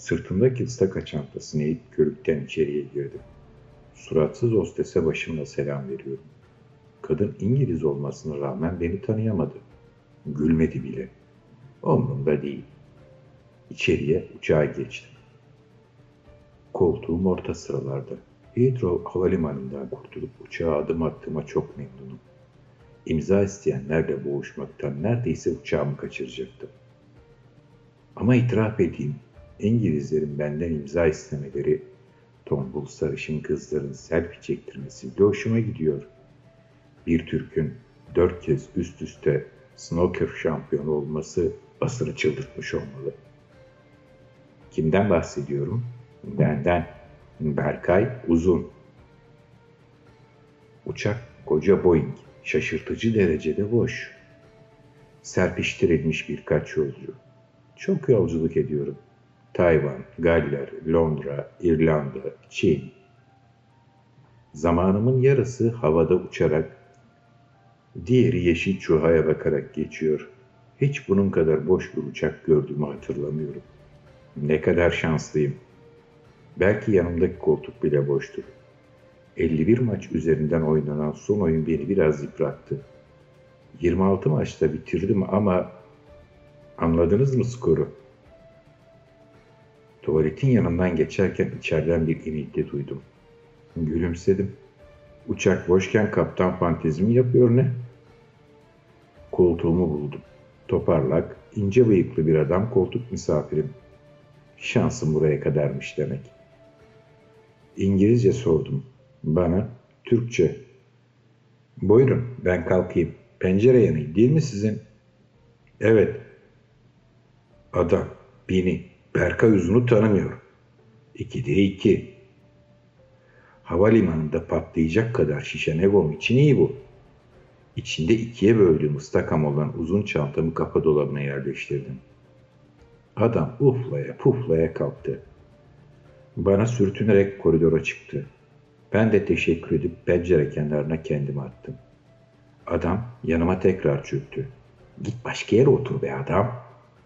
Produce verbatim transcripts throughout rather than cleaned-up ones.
Sırtımdaki ıstaka çantasını eğip körükten içeriye girdim. Suratsız hostese başımla selam veriyorum. Kadın İngiliz olmasına rağmen beni tanıyamadı. Gülmedi bile. Umrumda değil. İçeriye uçağa geçtim. Koltuğum orta sıralarda. Heathrow havalimanından kurtulup uçağa adım attığıma çok memnunum. İmza isteyenlerle boğuşmaktan neredeyse uçağımı kaçıracaktım. Ama itiraf edeyim, İngilizlerin benden imza istemeleri, tombul sarışın kızların selfie çektirmesi bile hoşuma gidiyor. Bir Türk'ün dört kez üst üste snooker şampiyonu olması asırı çıldırtmış olmalı. Kimden bahsediyorum? Benden. Berkay Uzun. Uçak koca Boeing, şaşırtıcı derecede boş. Serpiştirilmiş birkaç yolcu. Çok yolculuk ediyorum. Tayvan, Galler, Londra, İrlanda, Çin. Zamanımın yarısı havada uçarak, diğeri yeşil çuhaya bakarak geçiyor. Hiç bunun kadar boş bir uçak gördüğümü hatırlamıyorum. Ne kadar şanslıyım. Belki yanımdaki koltuk bile boştur. elli bir maç üzerinden oynanan son oyun beni biraz yıprattı. yirmi altı maçta bitirdim ama anladınız mı skoru? Tuvaletin yanından geçerken içeriden bir inilti duydum. Gülümsedim. Uçak boşken kaptan fantezimi yapıyor ne? Koltuğumu buldum. Toparlak, ince bıyıklı bir adam koltuk misafirim. Şansım buraya kadarmış demek. İngilizce sordum. Bana Türkçe. Buyurun ben kalkayım. Pencere yanı değil mi sizin? Evet. Adam beni Berkay Uzun'u tanımıyor. İkide iki. Havalimanında patlayacak kadar şişen egom için iyi bu. İçinde ikiye böldüğüm ıstakam olan uzun çantamı kafa dolabına yerleştirdim. Adam uflaya puflaya kalktı. Bana sürtünerek koridora çıktı. Ben de teşekkür edip pencere kenarına kendimi attım. Adam yanıma tekrar çöktü. Git başka yere otur be adam.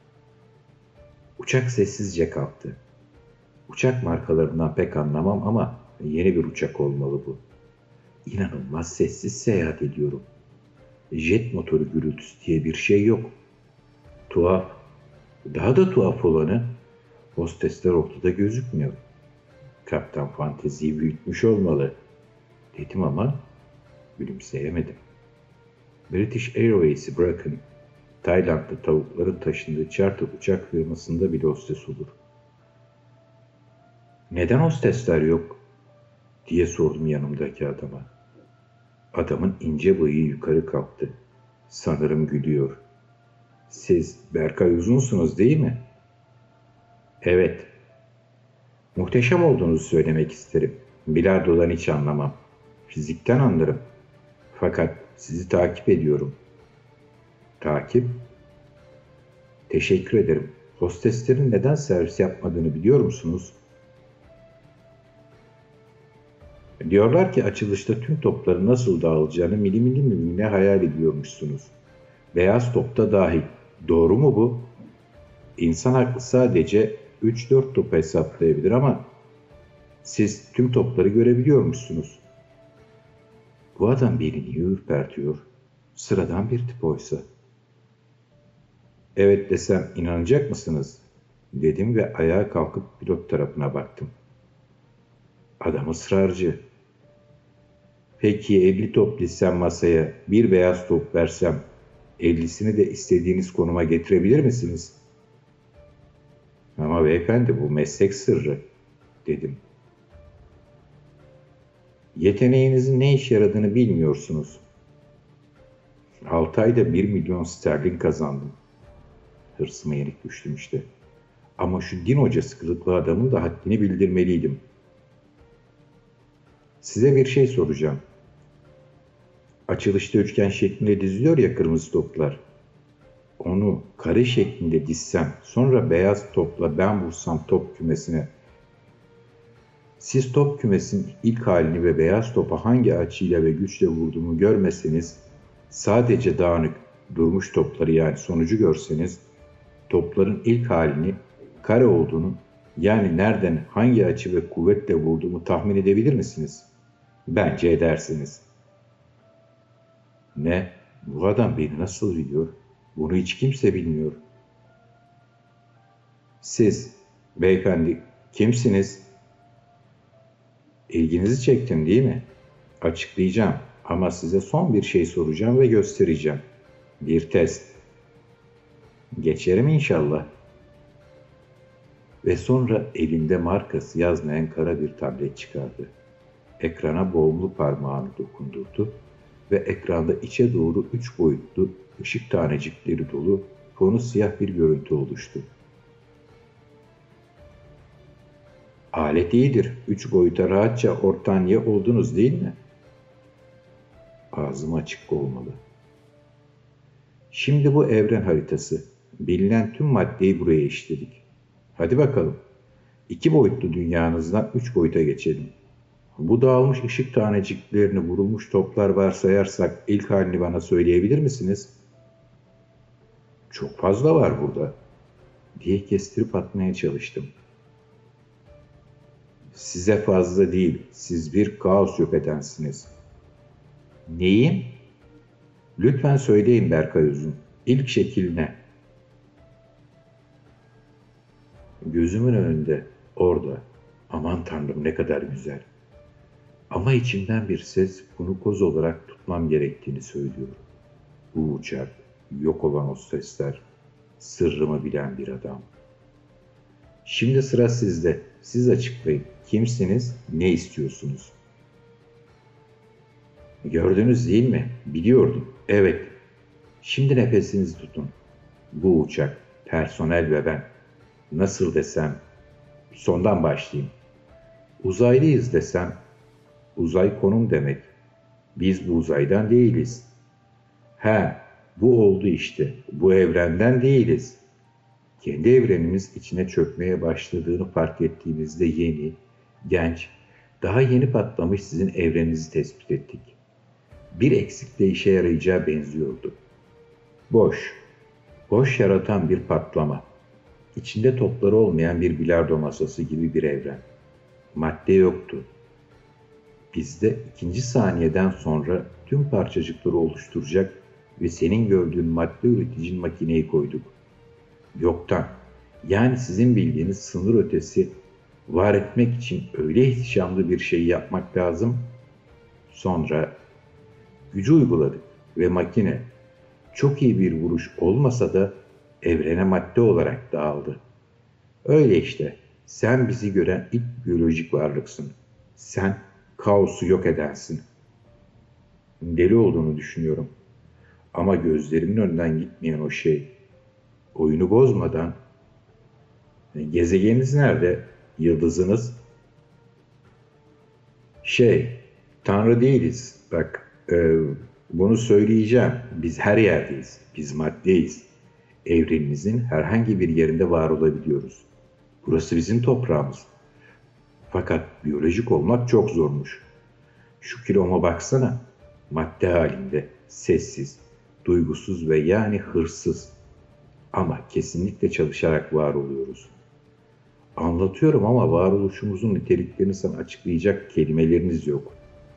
Uçak sessizce kalktı. Uçak markalarından pek anlamam ama yeni bir uçak olmalı bu. İnanılmaz sessiz seyahat ediyorum. Jet motoru gürültüsü diye bir şey yok. Tuhaf. Daha da tuhaf olanı hostesler ortada gözükmüyor. Kaptan fanteziyi büyütmüş olmalı dedim ama gülümseyemedim. British Airways'i bırakın, Tayland'da tavukların taşındığı charter uçak firmasında bile hostes olur. Neden hostesler yok diye sordum yanımdaki adama. Adamın ince bıyığı yukarı kalktı. Sanırım gülüyor. Siz Berkay Uzunsunuz değil mi? Evet. Muhteşem olduğunuzu söylemek isterim. Bilardodan hiç anlamam. Fizikten anlarım. Fakat sizi takip ediyorum. Takip? Teşekkür ederim. Hosteslerin neden servis yapmadığını biliyor musunuz? Diyorlar ki açılışta tüm topların nasıl dağılacağını milimini milimine hayal ediyormuşsunuz. Beyaz topta dahil. Doğru mu bu? İnsan aklı sadece üç dört topu hesaplayabilir ama siz tüm topları görebiliyormuşsunuz. Bu adam beni niye ürpertiyor? Sıradan bir tip oysa. Evet desem inanacak mısınız? Dedim ve ayağa kalkıp pilot tarafına baktım. Adam ısrarcı. Peki elli top dizsem masaya, bir beyaz top versem, ellisini de istediğiniz konuma getirebilir misiniz? Ama beyefendi bu meslek sırrı, dedim. Yeteneğinizin ne işe yaradığını bilmiyorsunuz. Altı ayda bir milyon sterlin kazandım. Hırsıma yenik düştüm işte. Ama şu din hocası kılıklı adamın da haddini bildirmeliydim. Size bir şey soracağım. Açılışta üçgen şeklinde diziliyor ya kırmızı toplar. Onu kare şeklinde dizsem, sonra beyaz topla ben vursam top kümesine. Siz top kümesin ilk halini ve beyaz topa hangi açıyla ve güçle vurduğumu görmeseniz, sadece dağınık, durmuş topları yani sonucu görseniz, topların ilk halini kare olduğunu Yani nereden, hangi açı ve kuvvetle vurduğumu tahmin edebilir misiniz? Bence edersiniz. Ne? Bu adam beni nasıl biliyor? Bunu hiç kimse bilmiyor. Siz, beyefendi, kimsiniz? İlginizi çektim değil mi? Açıklayacağım ama size son bir şey soracağım ve göstereceğim. Bir test. Geçerim inşallah. Ve sonra elinde markası yazmayan kara bir tablet çıkardı. Ekrana boğumlu parmağını dokundurdu ve ekranda içe doğru üç boyutlu ışık tanecikleri dolu fonu siyah bir görüntü oluştu. Alet iyidir. Üç boyuta rahatça ortanya oldunuz değil mi? Ağzım açık olmalı. Şimdi bu evren haritası. Bilinen tüm maddeyi buraya işledik. Hadi bakalım. İki boyutlu dünyanızdan üç boyuta geçelim. Bu dağılmış ışık taneciklerini vurulmuş toplar varsayarsak ilk halini bana söyleyebilir misiniz? Çok fazla var burada, diye kestirip atmaya çalıştım. Size fazla değil, siz bir kaos yok edensiniz. Neyim? Lütfen söyleyin Berkay Uzun, ilk şekil ne? Gözümün önünde, orada. Aman Tanrım ne kadar güzel. Ama içimden bir ses bunu koz olarak tutmam gerektiğini söylüyor. Bu uçak, yok olan o sesler, sırrımı bilen bir adam. Şimdi sıra sizde. Siz açıklayın. Kimsiniz, ne istiyorsunuz? Gördünüz değil mi? Biliyordum. Evet. Şimdi nefesinizi tutun. Bu uçak, personel ve ben. Nasıl desem, sondan başlayayım. Uzaylıyız desem, uzay konum demek. Biz bu uzaydan değiliz. He, bu oldu işte. Bu evrenden değiliz. Kendi evrenimiz içine çökmeye başladığını fark ettiğimizde yeni, genç, daha yeni patlamış sizin evreninizi tespit ettik. Bir eksikle işe yarayacağı benziyordu. Boş, boş yaratan bir patlama. İçinde topları olmayan bir bilardo masası gibi bir evren. Madde yoktu. Bizde ikinci saniyeden sonra tüm parçacıkları oluşturacak ve senin gördüğün madde üreticinin makineyi koyduk. Yoktan, yani sizin bildiğiniz sınır ötesi var etmek için öyle ihtişamlı bir şey yapmak lazım. Sonra gücü uyguladık ve makine çok iyi bir vuruş olmasa da evrene madde olarak dağıldı. Öyle işte, sen bizi gören ilk biyolojik varlıksın. Sen kaosu yok edensin. Deli olduğunu düşünüyorum. Ama gözlerimin önünden gitmeyen o şey, oyunu bozmadan, gezegeniniz nerede, yıldızınız? Şey, Tanrı değiliz. Bak, e, bunu söyleyeceğim. Biz her yerdeyiz. Biz maddeyiz. Evreninizin herhangi bir yerinde var olabiliyoruz. Burası bizim toprağımız. Fakat biyolojik olmak çok zormuş. Şu kiloma baksana. Madde halinde, sessiz, duygusuz ve yani hırsız. Ama kesinlikle çalışarak var oluyoruz. Anlatıyorum ama varoluşumuzun niteliklerini sana açıklayacak kelimeleriniz yok.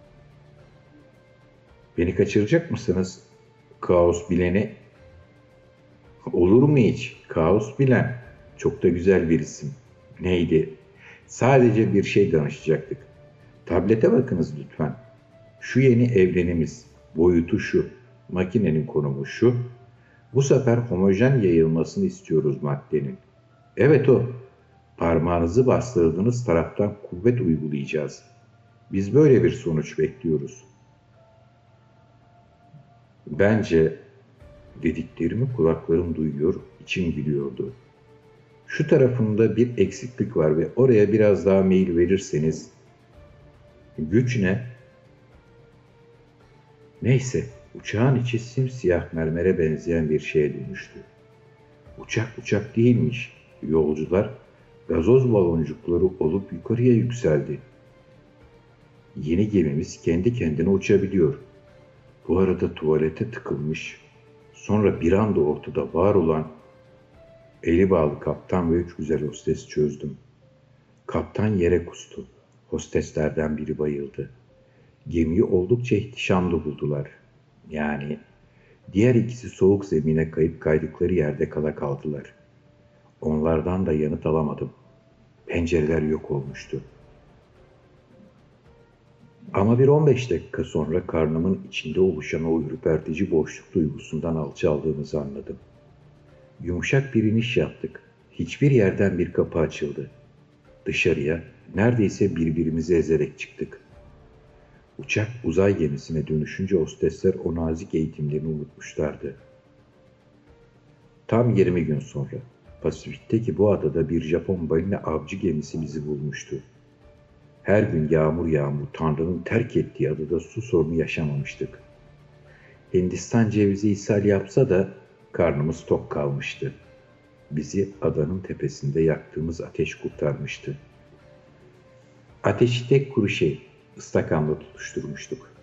Beni kaçıracak mısınız? Kaos bileni. Olur mu hiç? Kaos bilen. Çok da güzel bir isim. Neydi? Sadece bir şey danışacaktık. Tablete bakınız lütfen. Şu yeni evrenimiz. Boyutu şu. Makinenin konumu şu. Bu sefer homojen yayılmasını istiyoruz maddenin. Evet o. Parmağınızı bastırdığınız taraftan kuvvet uygulayacağız. Biz böyle bir sonuç bekliyoruz. Bence dediklerimi kulaklarım duyuyor, içim biliyordu. Şu tarafında bir eksiklik var ve oraya biraz daha meyil verirseniz, güç ne? Neyse, uçağın içi simsiyah mermere benzeyen bir şeye dönüştü. Uçak uçak değilmiş, yolcular gazoz baloncukları olup yukarıya yükseldi. Yeni gemimiz kendi kendine uçabiliyor. Bu arada tuvalete tıkılmış, sonra bir anda ortada var olan eli bağlı kaptan ve üç güzel hostes çözdüm. Kaptan yere kustu. Hosteslerden biri bayıldı. Gemiyi oldukça ihtişamlı buldular. Yani diğer ikisi soğuk zemine kayıp kaydıkları yerde kala kaldılar. Onlardan da yanıt alamadım. Pencereler yok olmuştu. Ama bir on beş dakika sonra karnımın içinde oluşan o ürpertici boşluk duygusundan alçaldığımızı anladım. Yumuşak bir iniş yaptık. Hiçbir yerden bir kapı açıldı. Dışarıya neredeyse birbirimizi ezerek çıktık. Uçak uzay gemisine dönüşünce hostesler o nazik eğitimlerini unutmuşlardı. Tam yirmi gün sonra Pasifik'teki bu adada bir Japon balina avcı gemisi bizi bulmuştu. Her gün yağmur yağmur Tanrı'nın terk ettiği adada su sorunu yaşamamıştık. Hindistan cevizi ishal yapsa da karnımız tok kalmıştı. Bizi adanın tepesinde yaktığımız ateş kurtarmıştı. Ateşi tek kuru şey, ıstakamla tutuşturmuştuk.